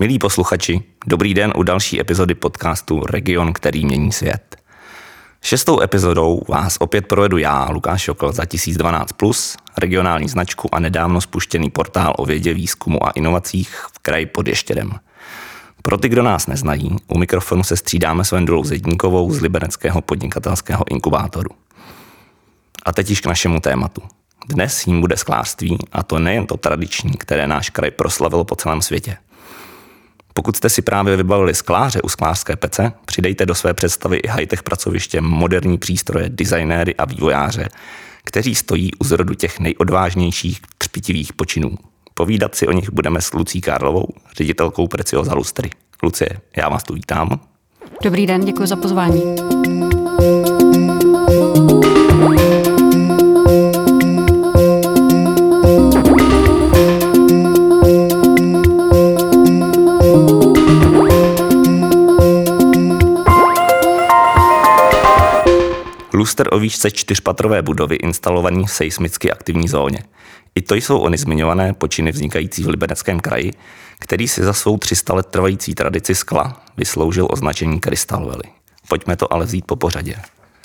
Milí posluchači, dobrý den u další epizody podcastu Region, který mění svět. 6. epizodou vás opět provedu já, Lukáš Jokl, za 1012+, regionální značku a nedávno spuštěný portál o vědě, výzkumu a inovacích v kraji pod Ještědem. Pro ty, kdo nás neznají, u mikrofonu se střídáme s Vendulou Zedníkovou z Libereckého podnikatelského inkubátoru. A teď již k našemu tématu. Dnes jím bude sklářství, a to nejen to tradiční, které náš kraj proslavil po celém světě. Pokud jste si právě vybavili skláře u sklářské pece, přidejte do své představy i high-tech pracoviště moderní přístroje, designéry a vývojáře, kteří stojí u zrodu těch nejodvážnějších třpitivých počinů. Povídat si o nich budeme s Lucí Karlovou, ředitelkou Preciosa Lustry. Lucie, já vás tu vítám. Dobrý den, děkuji za pozvání. Luster o výšce 4patrové budovy instalovaný v seismicky aktivní zóně. I to jsou ony zmiňované počiny vznikající v Libereckém kraji, který si za svou 300 let trvající tradici skla vysloužil označení Crystal Valley. Pojďme to ale vzít po pořadě.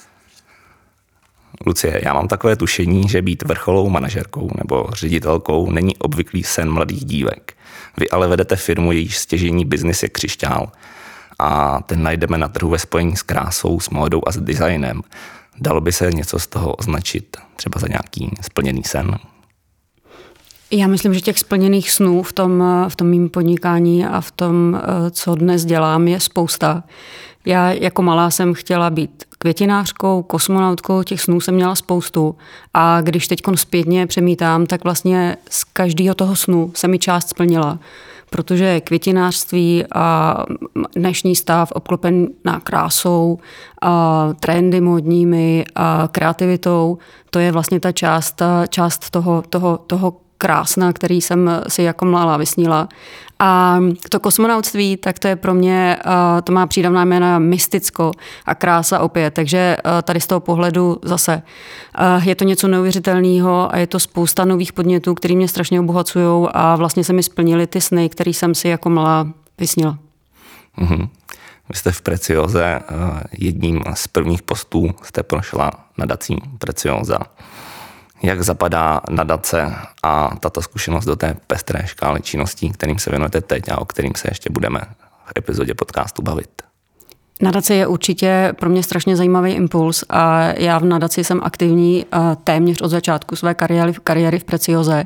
Lucie, já mám takové tušení, že být vrcholovou manažerkou nebo ředitelkou není obvyklý sen mladých dívek. Vy ale vedete firmu, jejíž stěžejní biznis je křišťál a ten najdeme na trhu ve spojení s krásou, s módou a s designem. Dalo by se něco z toho označit třeba za nějaký splněný sen? Já myslím, že těch splněných snů v tom mým podnikání a v tom, co dnes dělám, je spousta. Já jako malá jsem chtěla být květinářkou, kosmonautkou, těch snů jsem měla spoustu. A když teď zpětně přemítám, tak vlastně z každého toho snu se mi část splnila. Protože květinářství a dnešní stav obklopená krásou, a trendy módními a kreativitou, to je vlastně ta část toho krásna, který jsem si jako mladá vysnila. A to kosmonautství, tak to je pro mě, to má přídavná jména mysticko a krása opět. Takže tady z toho pohledu zase je to něco neuvěřitelného a je to spousta nových podnětů, které mě strašně obohacují a vlastně se mi splnily ty sny, které jsem si jako mladá vysnila. Mm-hmm. Vy jste v Precioze, jedním z prvních postů jste prošla nadací Preciosa. Jak zapadá nadace a tato zkušenost do té pestré škály činností, kterým se věnujete teď a o kterým se ještě budeme v epizodě podcastu bavit? Nadace je určitě pro mě strašně zajímavý impuls a já v nadaci jsem aktivní téměř od začátku své kariéry v Precioze.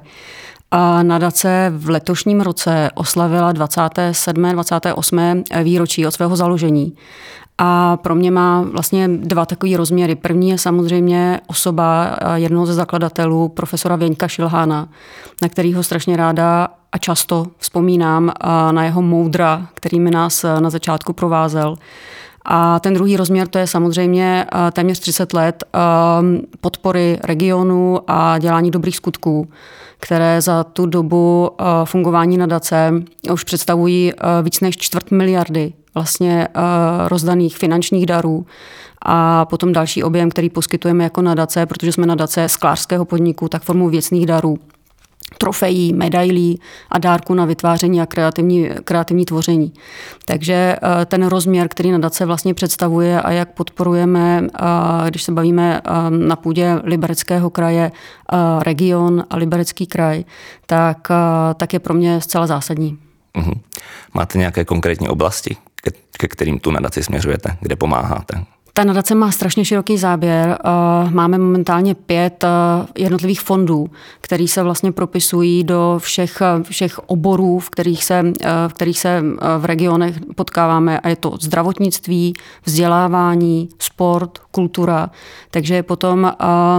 A nadace v letošním roce oslavila 27. 28. výročí od svého založení. A pro mě má vlastně dva takové rozměry. První je samozřejmě osoba jednoho ze zakladatelů, profesora Věňka Šilhána, na kterého strašně ráda a často vzpomínám na jeho moudra, kterými nás na začátku provázel. A ten druhý rozměr, to je samozřejmě téměř 30 let podpory regionu a dělání dobrých skutků, které za tu dobu fungování nadace už představují víc než 250 miliardy vlastně rozdaných finančních darů a potom další objem, který poskytujeme jako nadace, protože jsme nadace sklářského podniku, tak formou věcných darů, trofejí, medailí a dárku na vytváření a kreativní tvoření. Takže ten rozměr, který nadace vlastně představuje a jak podporujeme, když se bavíme na půdě Libereckého kraje, region a Liberecký kraj, tak je pro mě zcela zásadní. Mm-hmm. Máte nějaké konkrétní oblasti, ke kterým tu nadaci směřujete, kde pomáháte? Ta nadace má strašně široký záběr. Máme momentálně 5 jednotlivých fondů, které se vlastně propisují do všech oborů, v kterých se v regionech potkáváme. A je to zdravotnictví, vzdělávání, sport, kultura. Takže je potom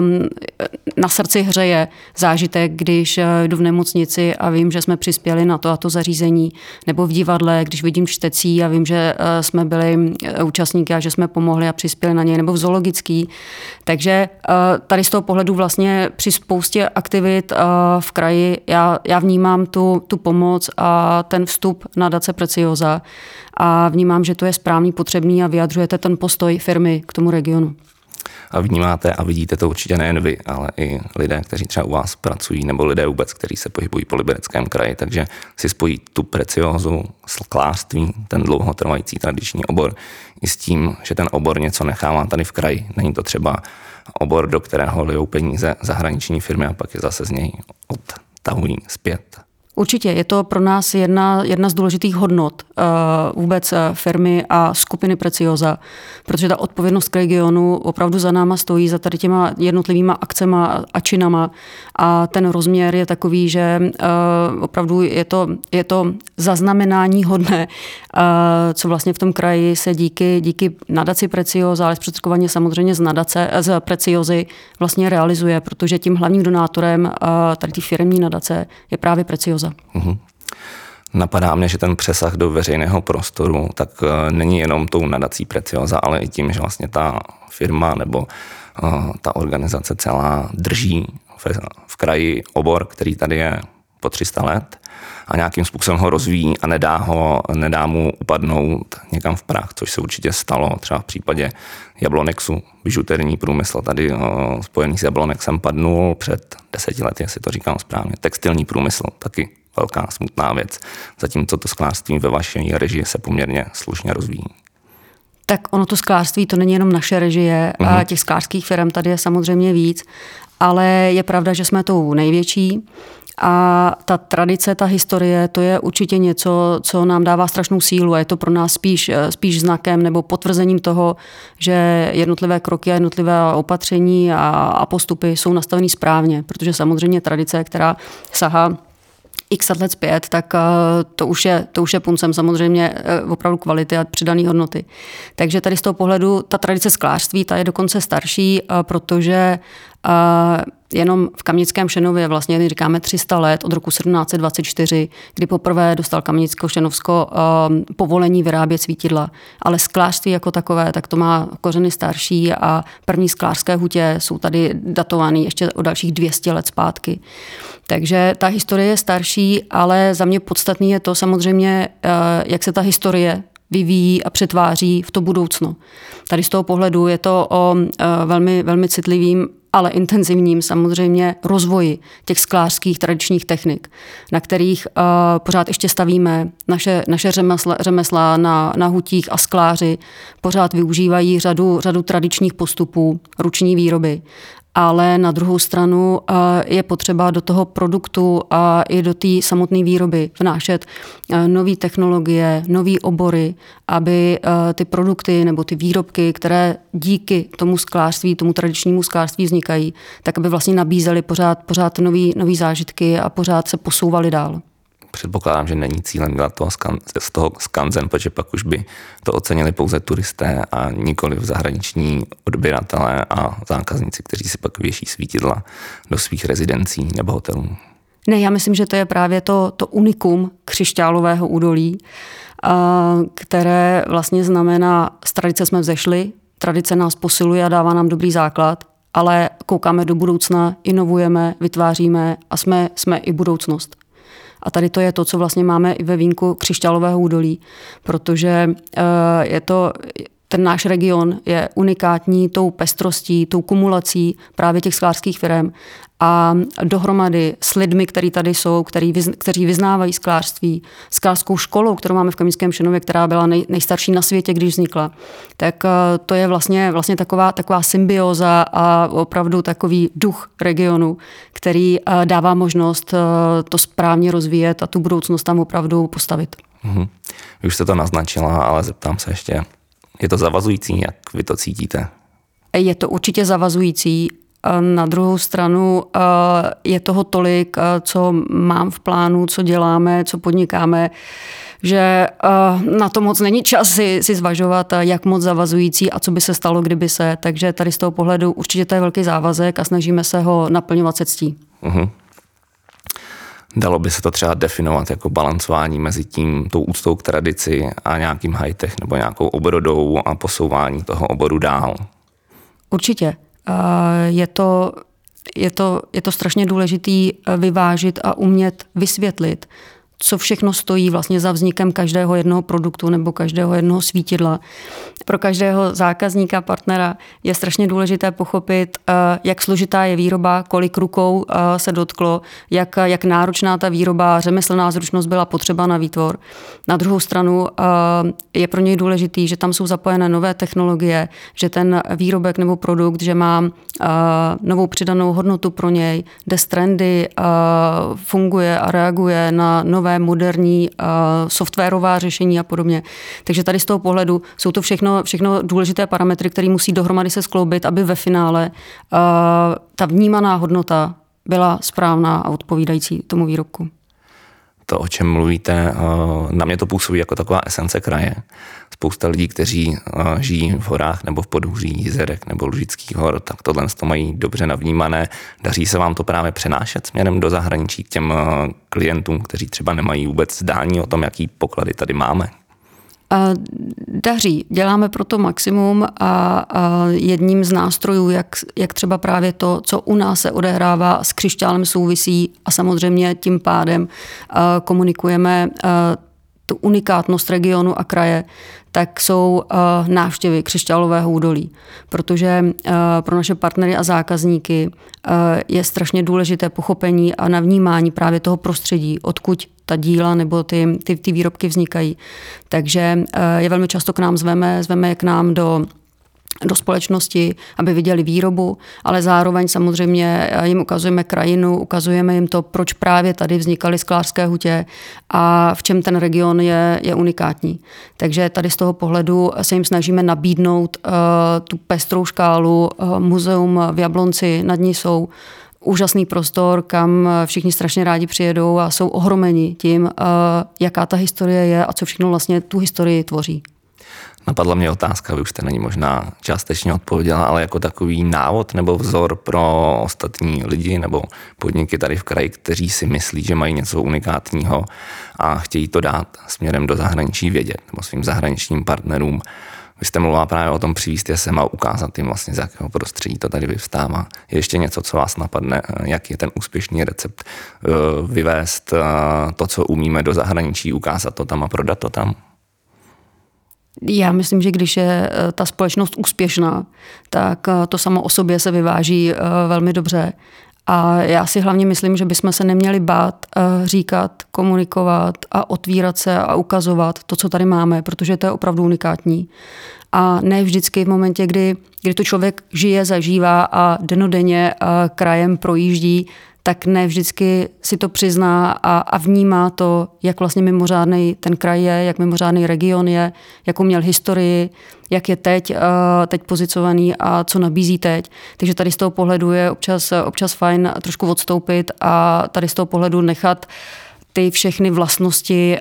na srdci hřeje zážitek, když jdu v nemocnici a vím, že jsme přispěli na to a to zařízení, nebo v divadle, když vidím čtecí a vím, že jsme byli účastníky a že jsme pomohli a přispěli na něj, nebo v zoologický. Takže tady z toho pohledu vlastně při spoustě aktivit v kraji já vnímám tu pomoc a ten vstup nadace Preciosa a vnímám, že to je správný, potřebný a vyjadřujete ten postoj firmy k tomu regionu. A vnímáte a vidíte to určitě nejen vy, ale i lidé, kteří třeba u vás pracují, nebo lidé vůbec, kteří se pohybují po Libereckém kraji, takže si spojí tu preciózu, sklářství, ten dlouhotrvající tradiční obor, i s tím, že ten obor něco nechává tady v kraji. Není to třeba obor, do kterého lijou peníze zahraniční firmy a pak je zase z něj odtahují zpět. Určitě, je to pro nás jedna z důležitých hodnot vůbec firmy a skupiny Preciosa, protože ta odpovědnost k regionu opravdu za náma stojí, za tady těma jednotlivýma akcema a činama a ten rozměr je takový, že opravdu je to zaznamenání hodné, co vlastně v tom kraji se díky nadaci Preciosa, ale zprostředkovaně samozřejmě z Preciosy vlastně realizuje, protože tím hlavním donátorem tady té firemní nadace je právě Preciosa. Uhum. Napadá mě, že ten přesah do veřejného prostoru tak není jenom tou nadací Preciosa, ale i tím, že vlastně ta firma nebo ta organizace celá drží v kraji obor, který tady je po 300 let a nějakým způsobem ho rozvíjí a nedá mu upadnout někam v prach, což se určitě stalo třeba v případě Jablonexu. Bižuterní průmysl tady spojený s Jablonexem padnul před 10 lety, jestli to říkám správně. Textilní průmysl taky velká smutná věc, zatímco to sklářství ve vaší režii se poměrně slušně rozvíjí. Tak ono to sklářství, to není jenom naše režie a těch sklářských firm tady je samozřejmě víc, ale je pravda, že jsme tou největší a ta tradice, ta historie, to je určitě něco, co nám dává strašnou sílu a je to pro nás spíš znakem nebo potvrzením toho, že jednotlivé kroky a jednotlivé opatření a postupy jsou nastaveny správně, protože samozřejmě tradice, která sahá x let zpět, tak to už je puncem samozřejmě opravdu kvality a přidané hodnoty. Takže tady z toho pohledu ta tradice sklářství, ta je dokonce starší, protože jenom v Kamenickém Šenově vlastně říkáme 300 let od roku 1724, kdy poprvé dostal Kamenické-Šenovsko povolení vyrábět svítidla. Ale sklářství jako takové, tak to má kořeny starší a první sklářské hutě jsou tady datované ještě o dalších 200 let zpátky. Takže ta historie je starší, ale za mě podstatný je to samozřejmě, jak se ta historie vyvíjí a přetváří v to budoucno. Tady z toho pohledu je to o velmi, velmi citlivým, ale intenzivním samozřejmě rozvoji těch sklářských tradičních technik, na kterých pořád ještě stavíme. Naše řemesla na hutích a skláři pořád využívají řadu tradičních postupů, ruční výroby. Ale na druhou stranu je potřeba do toho produktu a i do té samotné výroby vnášet nové technologie, nové obory, aby ty produkty nebo ty výrobky, které díky tomu sklářství, tomu tradičnímu sklářství vznikají, tak aby vlastně nabízely pořád nový zážitky a pořád se posouvaly dál. Předpokládám, že není cílem dělat z toho skanzen, protože pak už by to ocenili pouze turisté a nikoli v zahraniční odběratelé a zákazníci, kteří si pak věší svítidla do svých rezidencí nebo hotelů. Ne, já myslím, že to je právě to unikum křišťálového údolí, které vlastně znamená, z tradice jsme vzešli, tradice nás posiluje a dává nám dobrý základ, ale koukáme do budoucna, inovujeme, vytváříme a jsme i budoucnost. A tady to je to, co vlastně máme i ve vínku křišťálového údolí, protože ten náš region je unikátní tou pestrostí, tou kumulací právě těch sklářských firem a dohromady s lidmi, kteří tady jsou, kteří vyznávají sklářství, sklářskou školou, kterou máme v Kamenickém Šenově, která byla nejstarší na světě, když vznikla, tak to je vlastně taková symbioza a opravdu takový duch regionu, který dává možnost to správně rozvíjet a tu budoucnost tam opravdu postavit. Vy už jste to naznačila, ale zeptám se ještě, je to zavazující, jak vy to cítíte? Je to určitě zavazující. Na druhou stranu je toho tolik, co mám v plánu, co děláme, co podnikáme, že na to moc není čas si zvažovat, jak moc zavazující a co by se stalo, kdyby se. Takže tady z toho pohledu určitě to je velký závazek a snažíme se ho naplňovat se ctí. Dalo by se to třeba definovat jako balancování mezi tou úctou k tradici a nějakým high-tech nebo nějakou obrodou a posouvání toho oboru dál? Určitě. Je to strašně důležitý vyvážit a umět vysvětlit, co všechno stojí vlastně za vznikem každého jednoho produktu nebo každého jednoho svítidla. Pro každého zákazníka, partnera je strašně důležité pochopit, jak složitá je výroba, kolik rukou se dotklo, jak náročná ta výroba, řemeslná zručnost byla potřeba na výtvor. Na druhou stranu je pro něj důležitý, že tam jsou zapojené nové technologie, že ten výrobek nebo produkt, že má novou přidanou hodnotu pro něj, jde z trendy, funguje a reaguje na nové moderní softwarová řešení a podobně. Takže tady z toho pohledu jsou to všechno důležité parametry, které musí dohromady se skloubit, aby ve finále ta vnímaná hodnota byla správná a odpovídající tomu výrobku. To, o čem mluvíte, na mě to působí jako taková esence kraje. Spousta lidí, kteří žijí v horách nebo v podhůří Jizerek nebo Lužických hor, tak tohle to mají dobře navnímané. Daří se vám to právě přenášet směrem do zahraničí k těm klientům, kteří třeba nemají vůbec zdání o tom, jaký poklady tady máme? Daří. Děláme pro to maximum a jedním z nástrojů, jak třeba právě to, co u nás se odehrává, s křišťálem souvisí a samozřejmě tím pádem komunikujeme tu unikátnost regionu a kraje, tak jsou návštěvy Křišťálového údolí. Protože pro naše partnery a zákazníky je strašně důležité pochopení a navnímání právě toho prostředí, odkud ta díla nebo ty výrobky vznikají. Takže je velmi často k nám zveme je k nám do společnosti, aby viděli výrobu, ale zároveň samozřejmě jim ukazujeme krajinu, ukazujeme jim to, proč právě tady vznikaly sklářské hutě a v čem ten region je unikátní. Takže tady z toho pohledu se jim snažíme nabídnout tu pestrou škálu. Muzeum v Jablonci nad ní jsou úžasný prostor, kam všichni strašně rádi přijedou a jsou ohromeni tím, jaká ta historie je a co všechno vlastně tu historii tvoří. Napadla mě otázka, vy už jste na ní možná částečně odpověděla, ale jako takový návod nebo vzor pro ostatní lidi nebo podniky tady v kraji, kteří si myslí, že mají něco unikátního a chtějí to dát směrem do zahraničí vědět nebo svým zahraničním partnerům. Vy jste mluvila právě o tom přivést je sem a ukázat jim vlastně, z jakého prostředí to tady vyvstává. Je ještě něco, co vás napadne, jak je ten úspěšný recept vyvést to, co umíme do zahraničí, ukázat to tam a prodat to tam? Já myslím, že když je ta společnost úspěšná, tak to samo o sobě se vyváží velmi dobře. A já si hlavně myslím, že bychom se neměli bát říkat, komunikovat a otvírat se a ukazovat to, co tady máme, protože to je opravdu unikátní. A ne vždycky v momentě, kdy to člověk žije, zažívá a dennodenně krajem projíždí, tak ne vždycky si to přizná a vnímá to, jak vlastně mimořádný ten kraj je, jak mimořádný region je, jakou měl historii, jak je teď pozicovaný a co nabízí teď. Takže tady z toho pohledu je občas fajn trošku odstoupit a tady z toho pohledu nechat ty všechny vlastnosti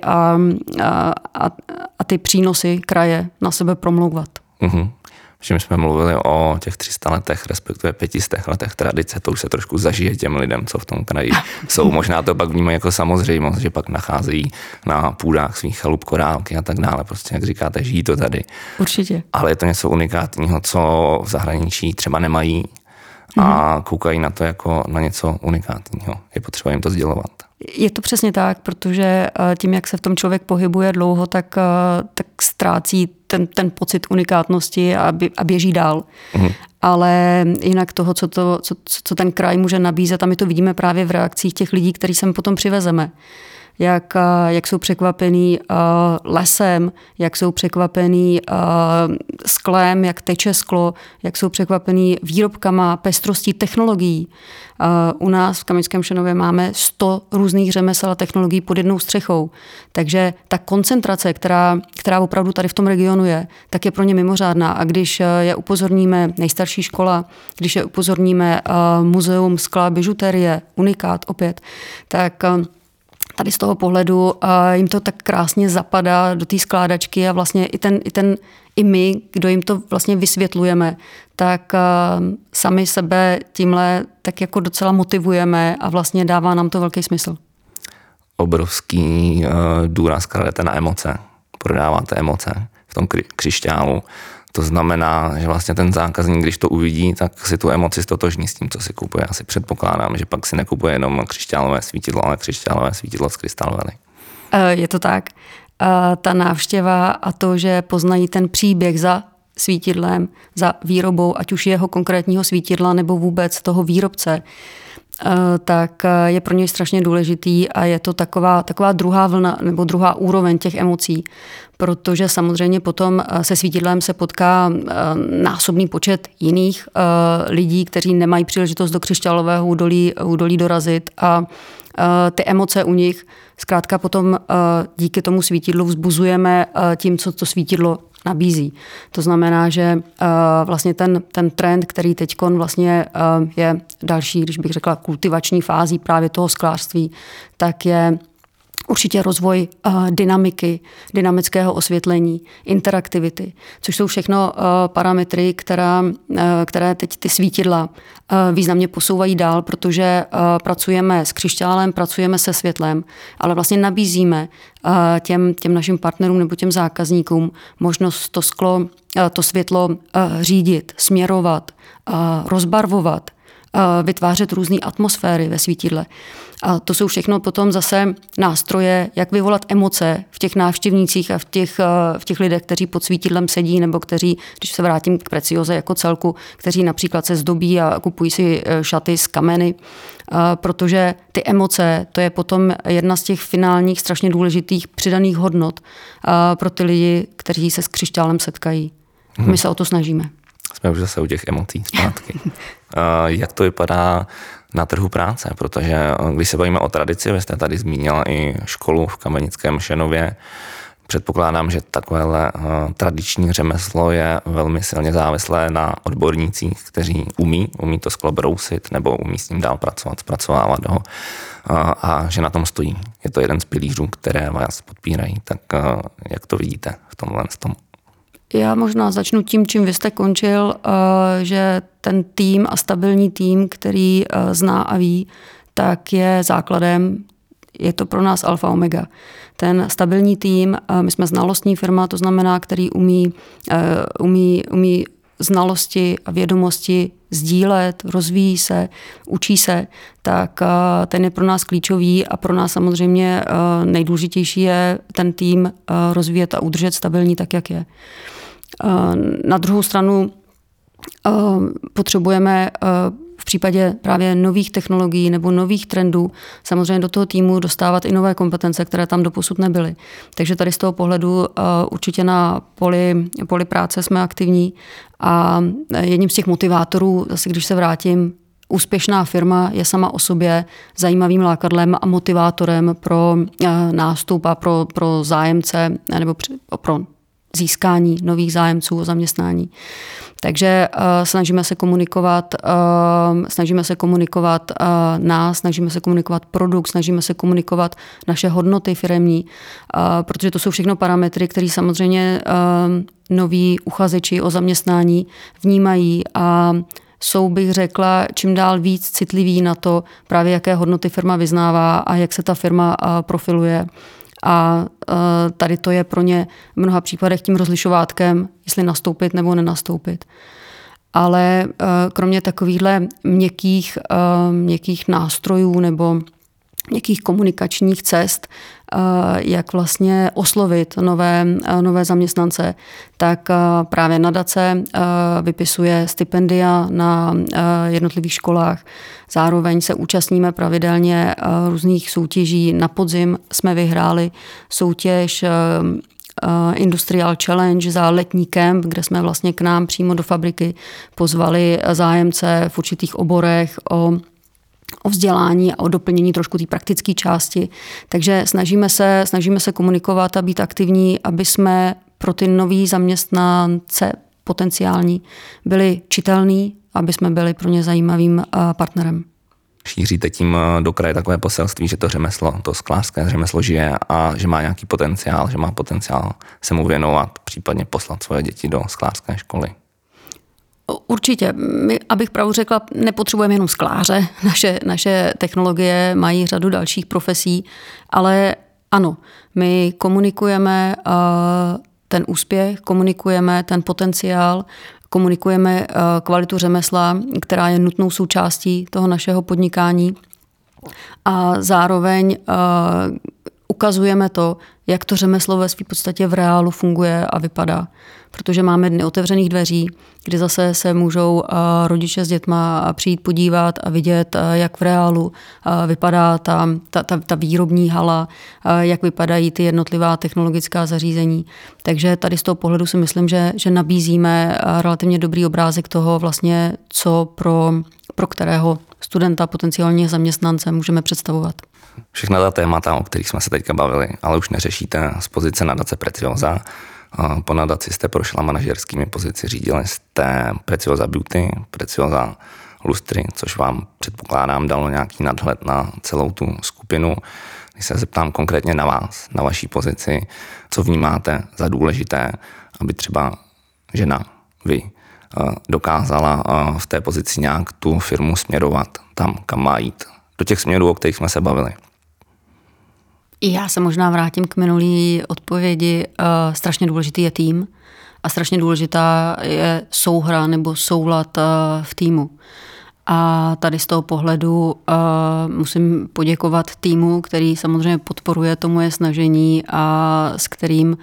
a ty přínosy kraje na sebe promlouvat. Mm-hmm. Že my jsme mluvili o těch 300 letech, respektive 500 letech tradice, to už se trošku zažije těm lidem, co v tom kraji jsou. Možná to pak vnímají jako samozřejmost, že pak nacházejí na půdách svých chalup korálky a tak dále. Prostě, jak říkáte, žijí to tady. Určitě. Ale je to něco unikátního, co v zahraničí třeba nemají a koukají na to jako na něco unikátního. Je potřeba jim to sdělovat. Je to přesně tak, protože tím, jak se v tom člověk pohybuje dlouho, tak ztrácí ten pocit unikátnosti a běží dál. Ale jinak toho, co ten kraj může nabízet, a my to vidíme právě v reakcích těch lidí, který sem potom přivezeme. Jak jsou překvapený lesem, jak jsou překvapený sklem, jak teče sklo, jak jsou překvapený výrobkama, pestrostí technologií. U nás v Kamenickém Šenově máme 100 různých řemesel a technologií pod jednou střechou. Takže ta koncentrace, která opravdu tady v tom regionu je, tak je pro ně mimořádná. A když je upozorníme nejstarší škola, když je upozorníme muzeum skla, bižuterie, unikát opět, tak tady z toho pohledu jim to tak krásně zapadá do té skládačky a vlastně i my, kdo jim to vlastně vysvětlujeme, tak sami sebe tímhle tak jako docela motivujeme a vlastně dává nám to velký smysl. Obrovský důraz kladete na emoce. Prodáváte emoce v tom křišťálu. To znamená, že vlastně ten zákazník, když to uvidí, tak si tu emoci stotožní s tím, co si kupuje. Asi předpokládám, že pak si nekupuje jenom křišťálové svítidlo, ale křišťálové svítidlo z Crystal Valley. Je to tak. Ta návštěva a to, že poznají ten příběh za svítidlem, za výrobou, ať už jeho konkrétního svítidla nebo vůbec toho výrobce, tak je pro něj strašně důležitý a je to taková druhá vlna nebo druhá úroveň těch emocí, protože samozřejmě potom se svítidlem se potká násobný počet jiných lidí, kteří nemají příležitost do křišťálového údolí dorazit a ty emoce u nich zkrátka potom díky tomu svítidlu vzbuzujeme tím, co to svítidlo nabízí. To znamená, že vlastně ten trend, který teďkon vlastně je další, když bych řekla, kultivační fází právě toho sklářství, tak je určitě rozvoj dynamiky, dynamického osvětlení, interaktivity, což jsou všechno parametry, které teď ty svítidla významně posouvají dál, protože pracujeme s křišťálem, pracujeme se světlem, ale vlastně nabízíme těm našim partnerům nebo těm zákazníkům možnost to světlo řídit, směrovat, rozbarvovat, vytvářet různé atmosféry ve svítidle. A to jsou všechno potom zase nástroje, jak vyvolat emoce v těch návštěvnících a v těch lidech, kteří pod svítidlem sedí, nebo kteří, když se vrátím k Precioze jako celku, kteří například se zdobí a kupují si šaty z kameny, protože ty emoce, to je potom jedna z těch finálních strašně důležitých přidaných hodnot pro ty lidi, kteří se s křišťálem setkají. My se o to snažíme. Jsme už zase u těch emocí zpátky. Jak to vypadá na trhu práce? Protože když se bavíme o tradici, vy jste tady zmínila i školu v Kamenickém Mšenově. Předpokládám, že takovéhle tradiční řemeslo je velmi silně závislé na odbornících, kteří umí to sklo brousit nebo umí s ním dál pracovat, zpracovávat ho a že na tom stojí. Je to jeden z pilířů, které vás podpírají. Tak jak to vidíte v tomhle tomu? Já možná začnu tím, čím vy jste končil, že ten tým a stabilní tým, který zná a ví, tak je základem, je to pro nás alfa omega. Ten stabilní tým, my jsme znalostní firma, to znamená, který umí znalosti a vědomosti sdílet, rozvíjí se, učí se, tak ten je pro nás klíčový a pro nás samozřejmě nejdůležitější je ten tým rozvíjet a udržet stabilní tak, jak je. Na druhou stranu potřebujeme v případě právě nových technologií nebo nových trendů samozřejmě do toho týmu dostávat i nové kompetence, které tam doposud nebyly. Takže tady z toho pohledu určitě na poli práce jsme aktivní a jedním z těch motivátorů, zase když se vrátím, úspěšná firma je sama o sobě zajímavým lákadlem a motivátorem pro nástup a pro zájemce nebo pro získání nových zájemců o zaměstnání. Takže snažíme se komunikovat nás, snažíme se komunikovat produkt, snažíme se komunikovat naše hodnoty firemní, protože to jsou všechno parametry, které samozřejmě noví uchazeči o zaměstnání vnímají a jsou, bych řekla, čím dál víc citliví na to, právě jaké hodnoty firma vyznává a jak se ta firma profiluje. A tady to je pro ně v mnoha případech tím rozlišovátkem, jestli nastoupit nebo nenastoupit. Ale kromě takovýchhle měkkých nástrojů nebo měkkých komunikačních cest, jak vlastně oslovit nové zaměstnance, tak právě nadace vypisuje stipendia na jednotlivých školách. Zároveň se účastníme pravidelně různých soutěží. Na podzim jsme vyhráli soutěž Industrial Challenge za letní kemp, kde jsme vlastně k nám přímo do fabriky pozvali zájemce v určitých oborech o vzdělání a o doplnění trošku té praktické části. Takže snažíme se komunikovat a být aktivní, aby jsme pro ty nový zaměstnance potenciální byli čitelní, aby jsme byli pro ně zajímavým partnerem. Šíříte tím do kraje takové poselství, že to řemeslo, to sklářské řemeslo žije a že má nějaký potenciál, že má potenciál se mu věnovat, případně poslat svoje děti do sklářské školy. Určitě. My, abych pravdu řekla, nepotřebujeme jenom skláře. Naše technologie mají řadu dalších profesí, ale ano, my komunikujeme ten úspěch, komunikujeme ten potenciál, komunikujeme kvalitu řemesla, která je nutnou součástí toho našeho podnikání a zároveň ukazujeme to, jak to řemeslo ve své podstatě v reálu funguje a vypadá. Protože máme dny otevřených dveří, kdy zase se můžou rodiče s dětma přijít podívat a vidět, jak v reálu vypadá ta výrobní hala, jak vypadají ty jednotlivá technologická zařízení. Takže tady z toho pohledu si myslím, že nabízíme relativně dobrý obrázek toho vlastně, co pro kterého studenta, potenciálně zaměstnance můžeme představovat. Všechna ta témata, o kterých jsme se teďka bavili, ale už neřešíte z pozice nadace Preciosa. Po nadaci jste prošla manažerskými pozici, řídili jste Preciosa Beauty, Preciosa Lustry, což vám předpokládám dalo nějaký nadhled na celou tu skupinu. Když se zeptám konkrétně na vás, na vaší pozici, co vnímáte za důležité, aby třeba žena, vy, dokázala v té pozici nějak tu firmu směrovat tam, kam má jít. Do těch směrů, o kterých jsme se bavili. Já se možná vrátím k minulý odpovědi. Strašně důležitý je tým a strašně důležitá je souhra nebo soulad v týmu. A tady z toho pohledu musím poděkovat týmu, který samozřejmě podporuje to moje snažení a s kterým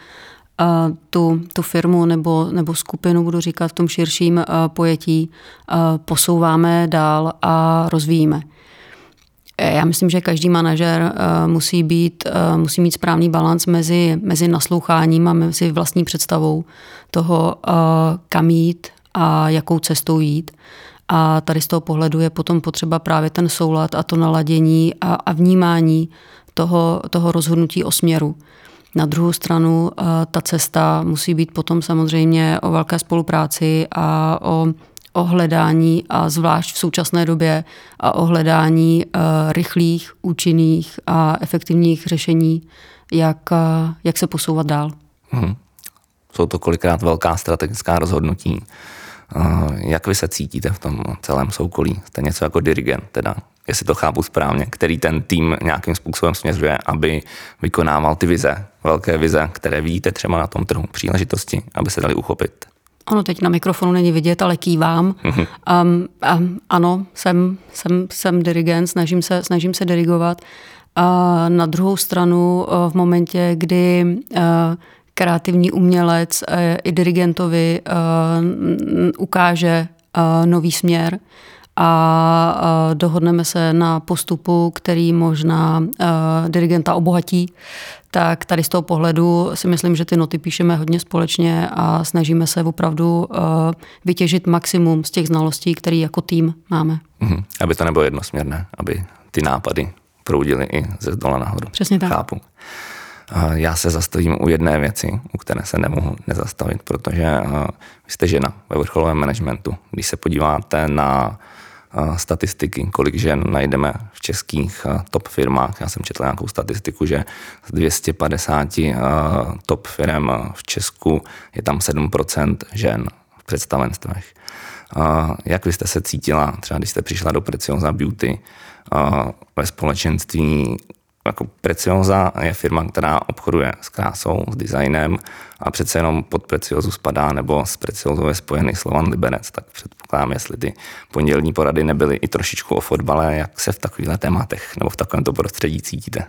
tu firmu nebo skupinu, budu říkat v tom širším pojetí, posouváme dál a rozvíjíme. Já myslím, že každý manažer musí mít správný balanc mezi nasloucháním a mezi vlastní představou toho, kam jít a jakou cestou jít. A tady z toho pohledu je potom potřeba právě ten soulad a to naladění a vnímání toho rozhodnutí o směru. Na druhou stranu ta cesta musí být potom samozřejmě o velké spolupráci a o hledání a zvlášť v současné době a o hledání rychlých, účinných a efektivních řešení, jak se posouvat dál. Jsou to kolikrát velká strategická rozhodnutí. Jak vy se cítíte v tom celém soukolí? Jste něco jako dirigent, teda, jestli to chápu správně, který ten tým nějakým způsobem směřuje, aby vykonával ty vize, velké vize, které vidíte třeba na tom trhu, příležitosti, aby se dali uchopit. Ono teď na mikrofonu není vidět, ale kývám. Ano, jsem dirigent, snažím se dirigovat. A na druhou stranu v momentě, kdy kreativní umělec i dirigentovi ukáže nový směr a dohodneme se na postupu, který možná dirigenta obohatí, tak tady z toho pohledu si myslím, že ty noty píšeme hodně společně a snažíme se opravdu vytěžit maximum z těch znalostí, které jako tým máme. Aby to nebylo jednosměrné, aby ty nápady proudily i ze zdola nahoru. Přesně tak. Chápu. Já se zastavím u jedné věci, u které se nemohu nezastavit, protože vy jste žena ve vrcholovém managementu. Když se podíváte na statistiky, kolik žen najdeme v českých top firmách. Já jsem četl nějakou statistiku, že z 250 top firm v Česku je tam 7% žen v představenstvech. Jak vy jste se cítila, třeba když jste přišla do Preciosa Beauty ve společenství? Jako Preciosa je firma, která obchoduje s krásou, s designem a přece jenom pod Preciosu spadá, nebo s Preciosou je spojený Slovan Liberec, tak předpokládám, jestli ty pondělní porady nebyly i trošičku o fotbale, jak se v takovýchhle tématech nebo v takovémto prostředí cítíte?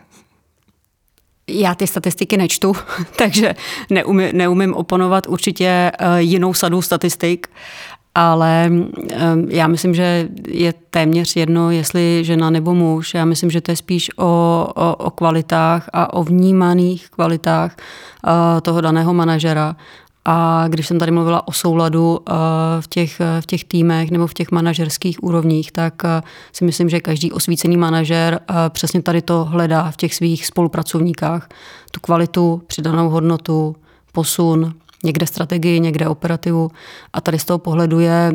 Já ty statistiky nečtu, takže neumím oponovat určitě jinou sadu statistik, ale já myslím, že je téměř jedno, jestli žena nebo muž. Já myslím, že to je spíš o kvalitách a o vnímaných kvalitách toho daného manažera. A když jsem tady mluvila o souladu v těch týmech nebo v těch manažerských úrovních, tak si myslím, že každý osvícený manažer přesně tady to hledá v těch svých spolupracovníkách. Tu kvalitu, přidanou hodnotu, posun, někde strategii, někde operativu. A tady z toho pohledu je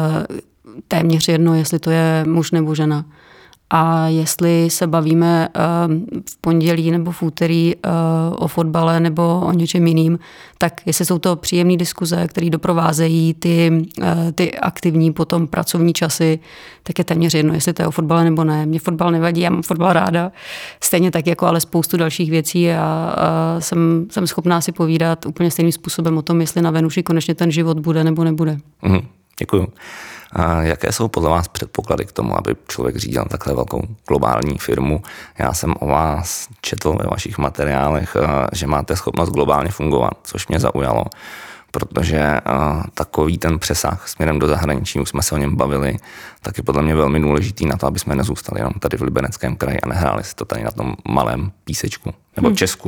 téměř jedno, jestli to je muž nebo žena. A jestli se bavíme v pondělí nebo v úterý o fotbale nebo o něčem jiným, tak jestli jsou to příjemné diskuze, které doprovázejí ty aktivní potom pracovní časy, tak je téměř jedno, jestli to je o fotbale nebo ne. Mně fotbal nevadí, já mám fotbal ráda. Stejně tak jako ale spoustu dalších věcí a jsem schopná si povídat úplně stejným způsobem o tom, jestli na Venuši konečně ten život bude nebo nebude. Děkuju. Jaké jsou podle vás předpoklady k tomu, aby člověk řídil takhle velkou globální firmu? Já jsem o vás četl ve vašich materiálech, že máte schopnost globálně fungovat, což mě zaujalo, protože takový ten přesah směrem do zahraničí, už jsme se o něm bavili, tak je podle mě velmi důležitý na to, aby jsme nezůstali jenom tady v Libereckém kraji a nehráli si to tady na tom malém písečku nebo Česku.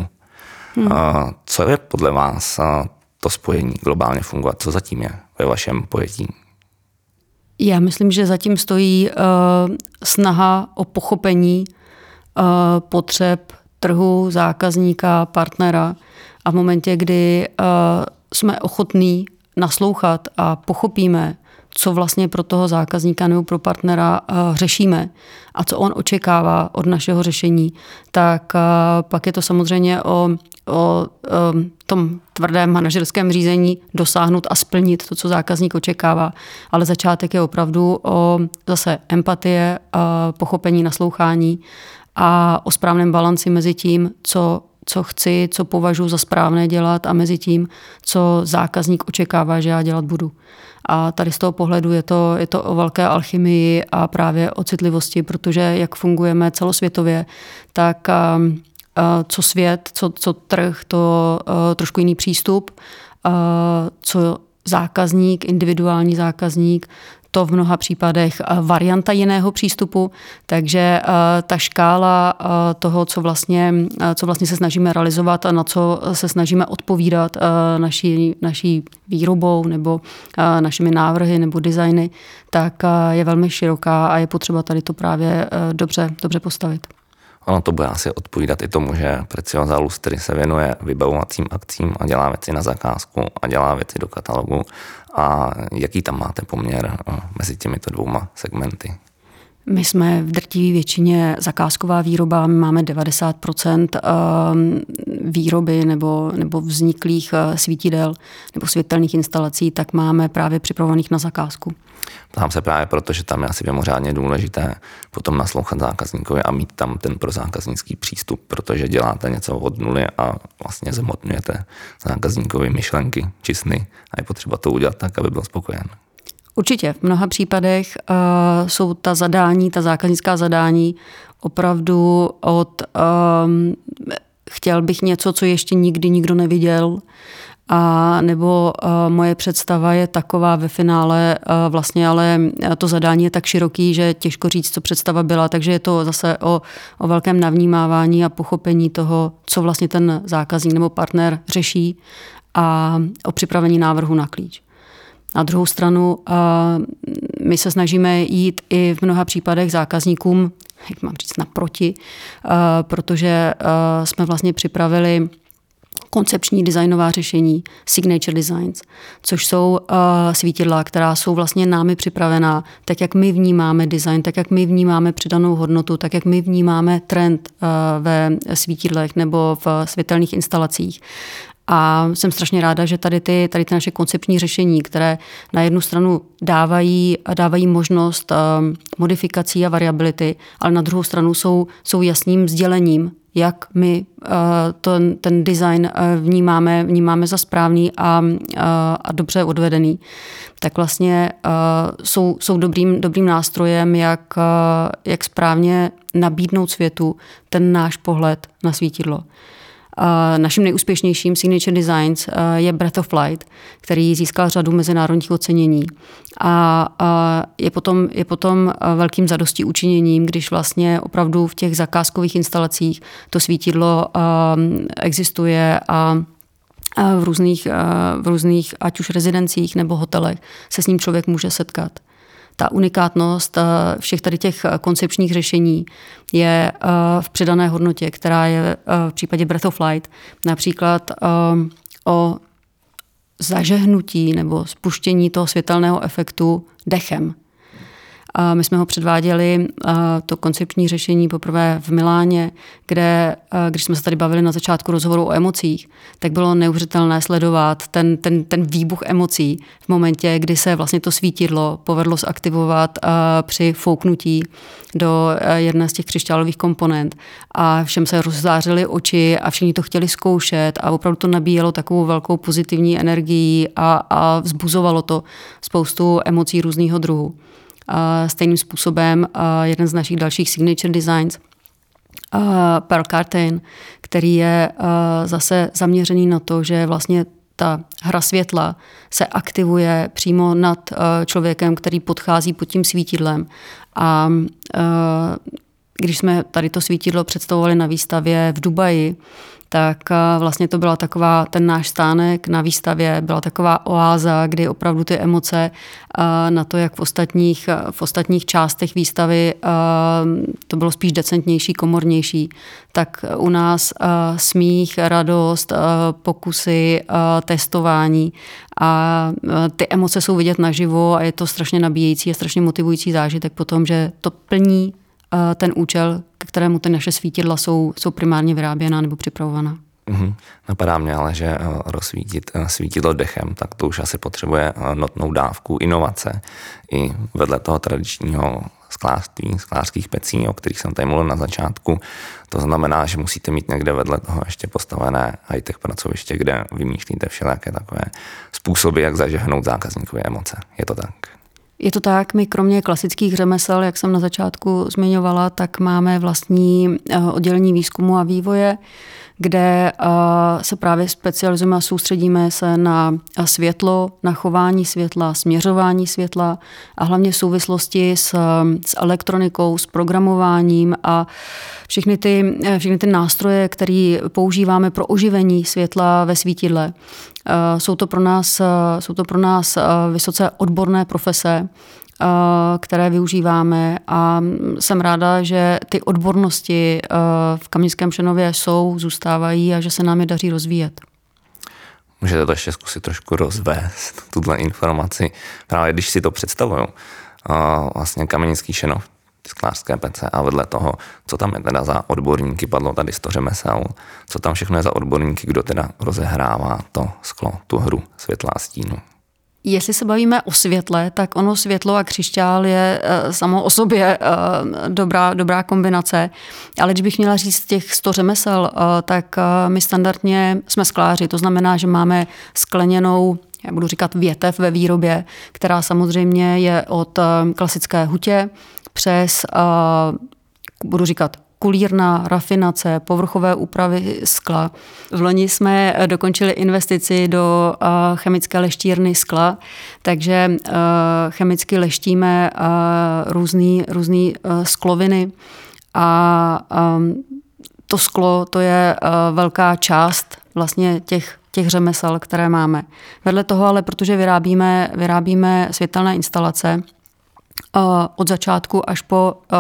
Co je podle vás to spojení globálně fungovat? Co zatím je ve vašem pojetí? Já myslím, že zatím stojí snaha o pochopení potřeb trhu, zákazníka, partnera a v momentě, kdy jsme ochotní naslouchat a pochopíme, co vlastně pro toho zákazníka nebo pro partnera řešíme a co on očekává od našeho řešení, tak pak je to samozřejmě o tom tvrdém manažerském řízení dosáhnout a splnit to, co zákazník očekává. Ale začátek je opravdu o zase empatie, pochopení, naslouchání a o správném balanci mezi tím, co chci, co považuji za správné dělat a mezi tím, co zákazník očekává, že já dělat budu. A tady z toho pohledu je to o velké alchymii a právě o citlivosti, protože jak fungujeme celosvětově, tak co svět, co trh, to trošku jiný přístup, co zákazník, individuální zákazník, to v mnoha případech varianta jiného přístupu, takže ta škála toho, co vlastně se snažíme realizovat a na co se snažíme odpovídat naší výrobou nebo našimi návrhy nebo designy, tak je velmi široká a je potřeba tady to právě dobře postavit. Ono to bude asi odpovídat i tomu, že Preciosa Lustry se věnuje vybavovacím akcím a dělá věci na zakázku a dělá věci do katalogu. A jaký tam máte poměr mezi těmito dvouma segmenty? My jsme v drtivé většině zakázková výroba, my máme 90% výroby nebo vzniklých svítidel nebo světelných instalací, tak máme právě připravovaných na zakázku. Ptám se právě proto, že tam je asi mimořádně důležité potom naslouchat zákazníkovi a mít tam ten prozákaznický přístup, protože děláte něco od nuly a vlastně zhmotňujete zákazníkovi myšlenky či sny a je potřeba to udělat tak, aby byl spokojen. Určitě. V mnoha případech jsou ta zákaznická zadání opravdu od chtěl bych něco, co ještě nikdy nikdo neviděl, a nebo moje představa je taková ve finále vlastně, ale to zadání je tak široký, že těžko říct, co představa byla, takže je to zase o velkém navnímávání a pochopení toho, co vlastně ten zákazník nebo partner řeší a o připravení návrhu na klíč. Na druhou stranu my se snažíme jít i v mnoha případech zákazníkům, jak mám říct, naproti, protože jsme vlastně připravili koncepční designová řešení, signature designs, což jsou svítidla, která jsou vlastně námi připravená, tak jak my vnímáme design, tak jak my vnímáme přidanou hodnotu, tak jak my vnímáme trend ve svítidlech nebo v světelných instalacích. A jsem strašně ráda, že tady ty naše koncepční řešení, které na jednu stranu dávají možnost modifikací a variability, ale na druhou stranu jsou jasným sdělením, jak my ten design vnímáme za správný a dobře odvedený, tak vlastně jsou dobrým nástrojem, jak správně nabídnout světu ten náš pohled na svítidlo. Naším nejúspěšnějším Signature Designs je Breath of Light, který získal řadu mezinárodních ocenění. A je potom velkým zadostiučiněním, když vlastně opravdu v těch zakázkových instalacích to svítidlo existuje a v různých ať už rezidencích nebo hotelech se s ním člověk může setkat. Ta unikátnost všech tady těch koncepčních řešení je v přidané hodnotě, která je v případě Breath of Light například o zažehnutí nebo spuštění toho světelného efektu dechem. A my jsme ho předváděli, to koncepční řešení poprvé v Miláně, kde, když jsme se tady bavili na začátku rozhovoru o emocích, tak bylo neuvěřitelné sledovat ten výbuch emocí v momentě, kdy se vlastně to svítidlo povedlo zaktivovat při fouknutí do jedné z těch křišťálových komponent a všem se rozzářily oči a všichni to chtěli zkoušet a opravdu to nabíjelo takovou velkou pozitivní energii a vzbuzovalo to spoustu emocí různého druhu. Stejným způsobem jeden z našich dalších signature designs, Pearl Curtain, který je zase zaměřený na to, že vlastně ta hra světla se aktivuje přímo nad člověkem, který podchází pod tím svítidlem. A když jsme tady to svítidlo představovali na výstavě v Dubaji, tak vlastně to byla taková, ten náš stánek na výstavě byla taková oáza, kdy opravdu ty emoce na to, jak v ostatních částech výstavy to bylo spíš decentnější, komornější, tak u nás smích, radost, pokusy, testování a ty emoce jsou vidět naživo a je to strašně nabíjející a strašně motivující zážitek potom, že to plní ten účel, ke kterému ty naše svítidla jsou primárně vyráběna nebo připravovaná. Napadá mě ale, že rozsvítit svítidlo dechem, tak to už asi potřebuje notnou dávku inovace i vedle toho tradičního sklářství, sklářských pecí, o kterých jsem tady mluvil na začátku. To znamená, že musíte mít někde vedle toho ještě postavené high-tech pracoviště, kde vymýšlíte všelijaké takové způsoby, jak zažehnout zákazníkové emoce. Je to tak? Je to tak, my kromě klasických řemesel, jak jsem na začátku zmiňovala, tak máme vlastní oddělení výzkumu a vývoje, kde se právě specializujeme a soustředíme se na světlo, na chování světla, směřování světla a hlavně v souvislosti s elektronikou, s programováním a všechny ty nástroje, které používáme pro oživení světla ve svítidle. Jsou to pro nás vysoce odborné profese, které využíváme a jsem ráda, že ty odbornosti v Kamenickém Šenově zůstávají a že se nám je daří rozvíjet. Můžete to ještě zkusit trošku rozvést, tuhle informaci. Právě když si to představuju, vlastně Kamenický Šenov, sklářské pece a vedle toho, co tam je teda za odborníky, padlo tady 100 řemesel, co tam všechno je za odborníky, kdo teda rozehrává to sklo, tu hru světla a stínu. Jestli se bavíme o světle, tak ono světlo a křišťál je samo o sobě dobrá kombinace. Ale když bych měla říct těch 100 řemesel, tak my standardně jsme skláři. To znamená, že máme skleněnou, já budu říkat větev ve výrobě, která samozřejmě je od klasické hutě přes, budu říkat, kulírna, rafinace, povrchové úpravy skla. V loni jsme dokončili investici do chemické leštírny skla, takže chemicky leštíme různý skloviny a to sklo, to je velká část vlastně těch řemesel, které máme. Vedle toho ale, protože vyrábíme světelné instalace, od začátku až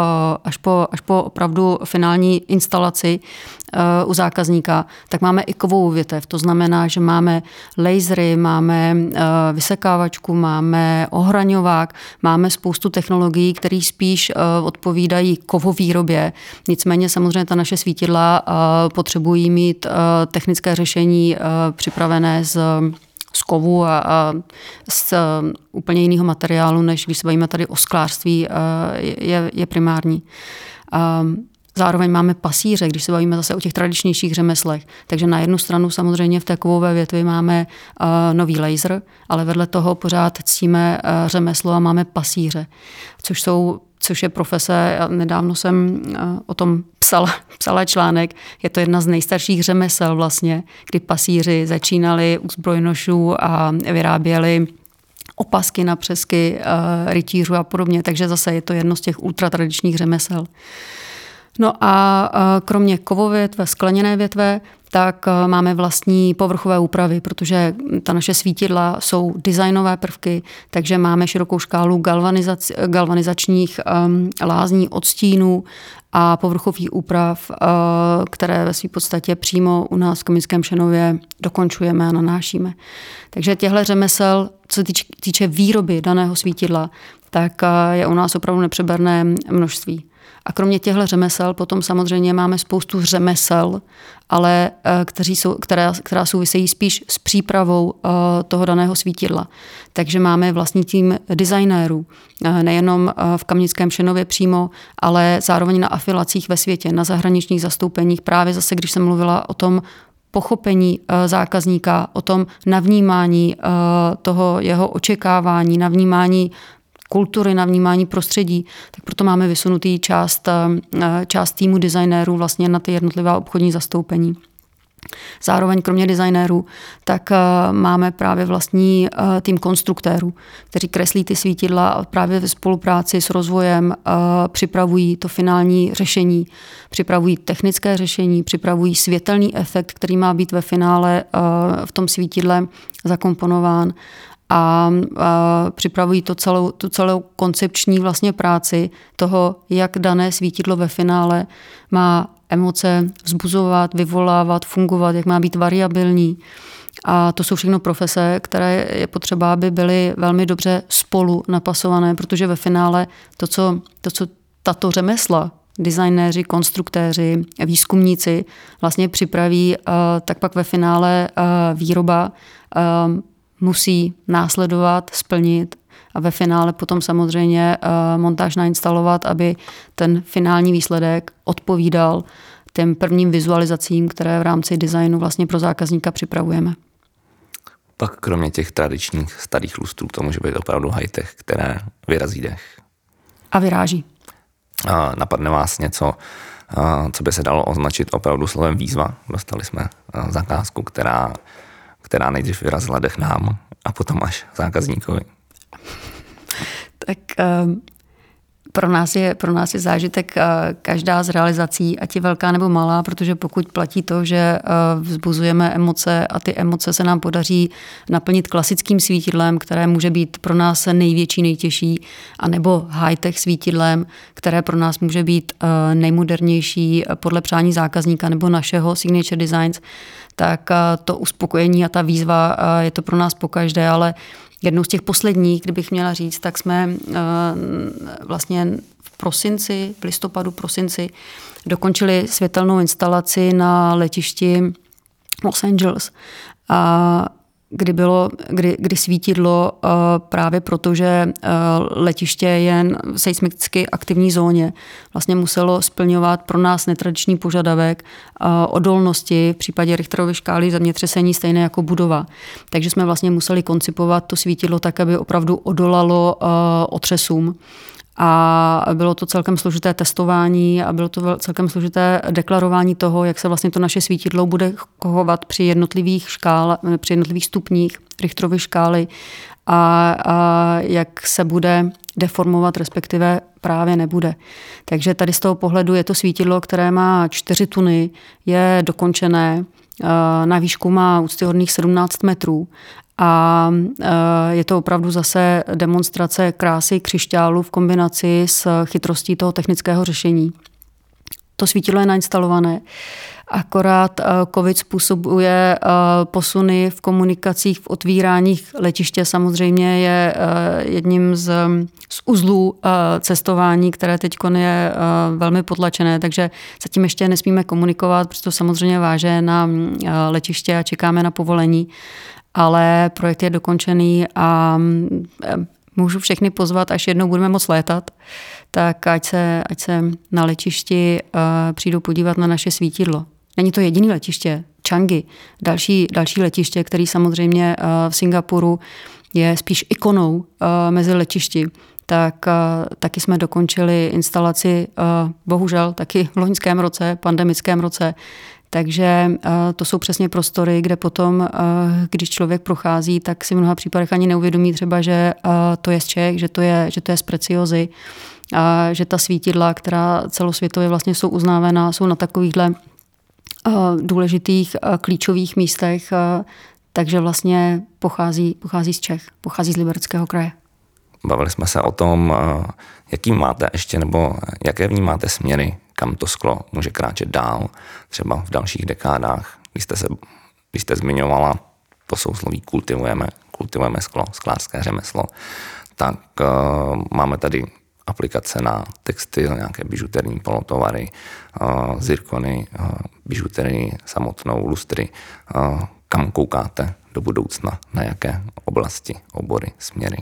po opravdu finální instalaci u zákazníka, tak máme i kovovou větev. To znamená, že máme lasery, máme vysekávačku, máme ohraňovák, máme spoustu technologií, které spíš odpovídají kovovýrobě. Nicméně samozřejmě ta naše svítidla potřebují mít technické řešení připravené z kovu a z úplně jiného materiálu, než když se bavíme tady o sklářství, je primární. Zároveň máme pasíře, když se bavíme zase o těch tradičnějších řemeslech. Takže na jednu stranu samozřejmě v té kovové větvi máme nový laser, ale vedle toho pořád ctíme řemeslo a máme pasíře, což je profese, nedávno jsem o tom psala článek, je to jedna z nejstarších řemesel vlastně, kdy pasíři začínali u zbrojnošů a vyráběli opasky na přesky rytířů a podobně, takže zase je to jedno z těch ultratradičních řemesel. No a kromě kovovětve, skleněné větve, tak máme vlastní povrchové úpravy, protože ta naše svítidla jsou designové prvky, takže máme širokou škálu galvanizačních lázní, odstínů a povrchových úprav, které ve své podstatě přímo u nás v Kamenickém Šenově dokončujeme a nanášíme. Takže těchto řemesel, co se týče výroby daného svítidla, tak je u nás opravdu nepřeberné množství. A kromě těchto řemesel potom samozřejmě máme spoustu řemesel, ale která souvisejí spíš s přípravou toho daného svítidla. Takže máme vlastní tým designérů, nejenom v Kamenickém Šenově přímo, ale zároveň na afilacích ve světě, na zahraničních zastoupeních. Právě zase, když jsem mluvila o tom pochopení zákazníka, o tom navnímání toho jeho očekávání, navnímání kultury, na vnímání prostředí, tak proto máme vysunutý část týmu designérů vlastně na ty jednotlivá obchodní zastoupení. Zároveň kromě designérů, tak máme právě vlastní tým konstruktérů, kteří kreslí ty svítidla a právě ve spolupráci s rozvojem připravují to finální řešení, připravují technické řešení, připravují světelný efekt, který má být ve finále v tom svítidle zakomponován a připravují tu celou koncepční vlastně práci toho, jak dané svítidlo ve finále má emoce vzbuzovat, vyvolávat, fungovat, jak má být variabilní. A to jsou všechno profese, které je potřeba, aby byly velmi dobře spolu napasované, protože ve finále to, co tato řemesla, designéři, konstruktéři, výzkumníci vlastně připraví, tak pak ve finále výroba musí následovat, splnit a ve finále potom samozřejmě montáž nainstalovat, aby ten finální výsledek odpovídal těm prvním vizualizacím, které v rámci designu vlastně pro zákazníka připravujeme. Pak kromě těch tradičních starých lustrů to může být opravdu high-tech, které vyrazí dech. A vyráží. Napadne vás něco, co by se dalo označit opravdu slovem výzva? Dostali jsme zakázku, která nejdřív vyrazila dech nám a potom až zákazníkovi. Tak pro nás je zážitek každá z realizací, ať je velká nebo malá, protože pokud platí to, že vzbuzujeme emoce a ty emoce se nám podaří naplnit klasickým svítidlem, které může být pro nás největší, nejtěžší, anebo high-tech svítidlem, které pro nás může být nejmodernější podle přání zákazníka nebo našeho signature designs, tak to uspokojení a ta výzva je to pro nás pokaždé, ale jednou z těch posledních, kdybych měla říct, tak jsme vlastně v listopadu, prosinci dokončili světelnou instalaci na letišti Los Angeles, kdy svítidlo právě proto, že letiště je v seismicky aktivní zóně, vlastně muselo splňovat pro nás netradiční požadavek odolnosti v případě Richterovy škály zemětřesení stejné jako budova. Takže jsme vlastně museli koncipovat to svítidlo tak, aby opravdu odolalo otřesům. A bylo to celkem složité testování a bylo to celkem složité deklarování toho, jak se vlastně to naše svítidlo bude chovat při jednotlivých stupních Richterovy škály a jak se bude deformovat, respektive právě nebude. Takže tady z toho pohledu je to svítidlo, které má 4 tuny, je dokončené, na výšku má úctyhodných 17 metrů. A je to opravdu zase demonstrace krásy křišťálu v kombinaci s chytrostí toho technického řešení. To svítidlo je nainstalované, akorát COVID způsobuje posuny v komunikacích, v otvíráních letiště. Samozřejmě je jedním z uzlů cestování, které teď je velmi potlačené, takže zatím ještě nesmíme komunikovat, protože to samozřejmě váže na letiště a čekáme na povolení. Ale projekt je dokončený a můžu všechny pozvat, až jednou budeme moc létat, tak ať se na letišti přijdou podívat na naše svítidlo. Není to jediné letiště, Changi, další letiště, který samozřejmě v Singapuru je spíš ikonou mezi letišti. Taky jsme dokončili instalaci, bohužel taky v loňském roce, pandemickém roce. Takže to jsou přesně prostory, kde potom, když člověk prochází, tak si v mnoha případech ani neuvědomí třeba, že to je z Čech, že to je z Preciozy. že ta svítidla, která celosvětově vlastně jsou uznávaná, jsou na takovýchhle důležitých klíčových místech, takže vlastně pochází z Čech, pochází z Libereckého kraje. Bavili jsme se o tom, jaký máte ještě, nebo jaké vnímáte směry, kam to sklo může kráčet dál, třeba v dalších dekádách. Když jste zmiňovala to sousloví kultivujeme sklo, sklářské řemeslo, tak máme tady aplikace na textil, nějaké bižuterní polotovary, zirkony, bižuterii samotnou, lustry. Kam koukáte do budoucna, na jaké oblasti, obory, směry?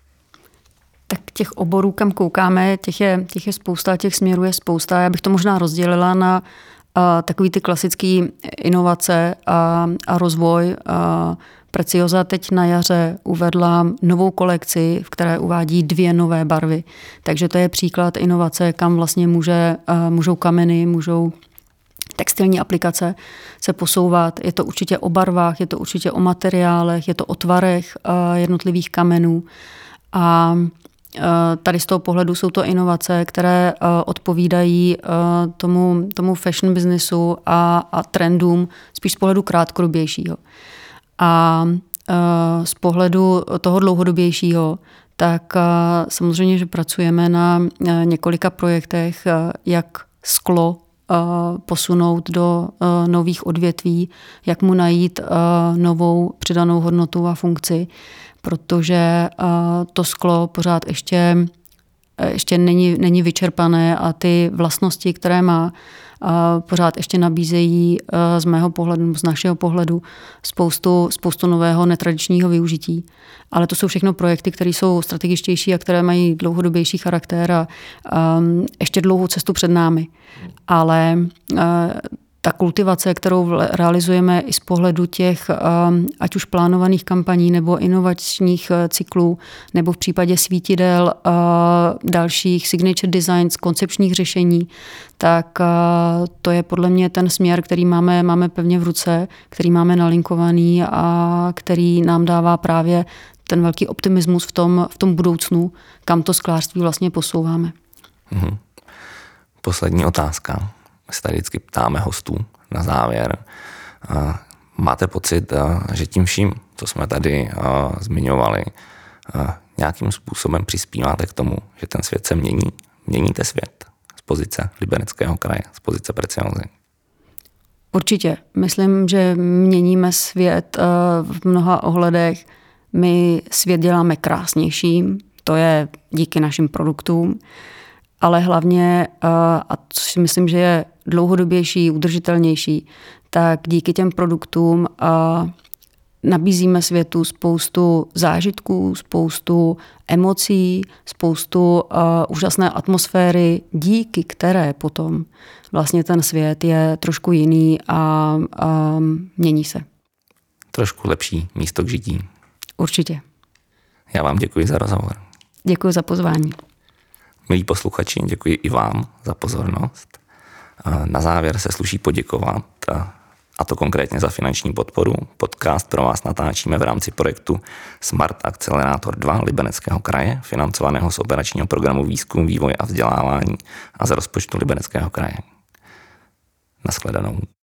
Tak těch oborů, kam koukáme, těch je spousta, těch směrů je spousta. Já bych to možná rozdělila na takový ty klasické inovace a rozvoj. Preciosa teď na jaře uvedla novou kolekci, v které uvádí 2 nové barvy. Takže to je příklad inovace, kam vlastně můžou kameny, můžou textilní aplikace se posouvat. Je to určitě o barvách, je to určitě o materiálech, je to o tvarech jednotlivých kamenů. A tady z toho pohledu jsou to inovace, které odpovídají tomu fashion businessu a trendům spíš z pohledu krátkodobějšího. A z pohledu toho dlouhodobějšího, tak samozřejmě, že pracujeme na několika projektech, jak sklo posunout do nových odvětví, jak mu najít novou přidanou hodnotu a funkci, protože to sklo pořád ještě není vyčerpané a ty vlastnosti, které má, pořád ještě nabízejí z mého pohledu, z našeho pohledu spoustu nového netradičního využití. Ale to jsou všechno projekty, které jsou strategičtější a které mají dlouhodobější charakter a ještě dlouhou cestu před námi. Ale ta kultivace, kterou realizujeme i z pohledu těch ať už plánovaných kampaní nebo inovačních cyklů, nebo v případě svítidel dalších signature designs, koncepčních řešení, tak to je podle mě ten směr, který máme pevně v ruce, který máme nalinkovaný a který nám dává právě ten velký optimismus v tom budoucnu, kam to sklářství vlastně posouváme. Mhm. Poslední otázka. My se tady vždycky ptáme hostů na závěr. Máte pocit, že tím vším, co jsme tady zmiňovali, nějakým způsobem přispíváte k tomu, že ten svět se mění? Měníte svět z pozice Libereckého kraje, z pozice Preciozy? Určitě. Myslím, že měníme svět v mnoha ohledech. My svět děláme krásnějším, to je díky našim produktům, ale hlavně, a co si myslím, že je dlouhodobější, udržitelnější, tak díky těm produktům nabízíme světu spoustu zážitků, spoustu emocí, spoustu úžasné atmosféry, díky které potom vlastně ten svět je trošku jiný a mění se. Trošku lepší místo k žití. Určitě. Já vám děkuji za rozhovor. Děkuji za pozvání. Milí posluchači, děkuji i vám za pozornost. Na závěr se sluší poděkovat, a to konkrétně za finanční podporu. Podcast pro vás natáčíme v rámci projektu Smart Accelerator 2 Libereckého kraje, financovaného z operačního programu Výzkum, vývoj a vzdělávání a z rozpočtu Libereckého kraje. Nashledanou.